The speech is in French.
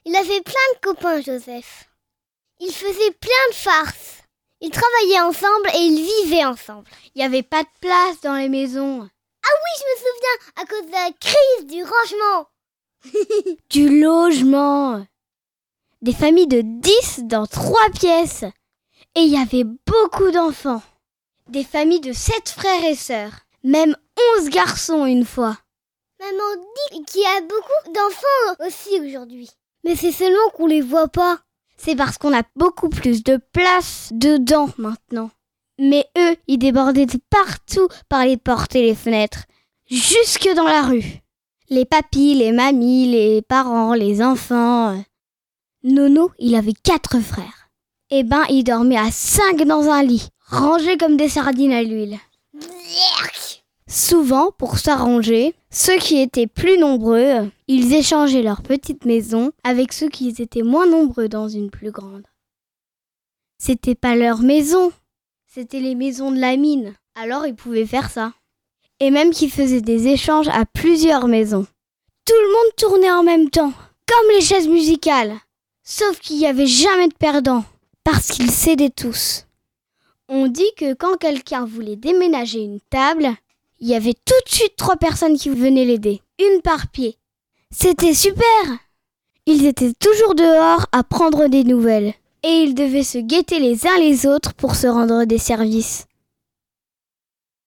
Il avait plein de copains, Joseph. Ils faisaient plein de farces. Ils travaillaient ensemble et ils vivaient ensemble. Il n'y avait pas de place dans les maisons. Ah oui, je me souviens, à cause de la crise du rangement. Du logement. Des familles de 10 dans 3 pièces. Et il y avait beaucoup d'enfants. Des familles de 7 frères et sœurs. Même 11 garçons une fois. Maman dit qu'il y a beaucoup d'enfants aussi aujourd'hui. Mais c'est seulement qu'on les voit pas. C'est parce qu'on a beaucoup plus de place dedans maintenant. Mais eux, ils débordaient de partout par les portes et les fenêtres. Jusque dans la rue. Les papis, les mamies, les parents, les enfants. Nono, il avait 4 frères. Eh ben, il dormait à 5 dans un lit, rangés comme des sardines à l'huile. Souvent, pour s'arranger, ceux qui étaient plus nombreux, ils échangeaient leur petite maison avec ceux qui étaient moins nombreux dans une plus grande. C'était pas leur maison, c'était les maisons de la mine, alors ils pouvaient faire ça. Et même qu'ils faisaient des échanges à plusieurs maisons. Tout le monde tournait en même temps, comme les chaises musicales. Sauf qu'il n'y avait jamais de perdant, parce qu'ils cédaient tous. On dit que quand quelqu'un voulait déménager une table, il y avait tout de suite 3 personnes qui venaient l'aider, une par pied. C'était super! Ils étaient toujours dehors à prendre des nouvelles. Et ils devaient se guetter les uns les autres pour se rendre des services.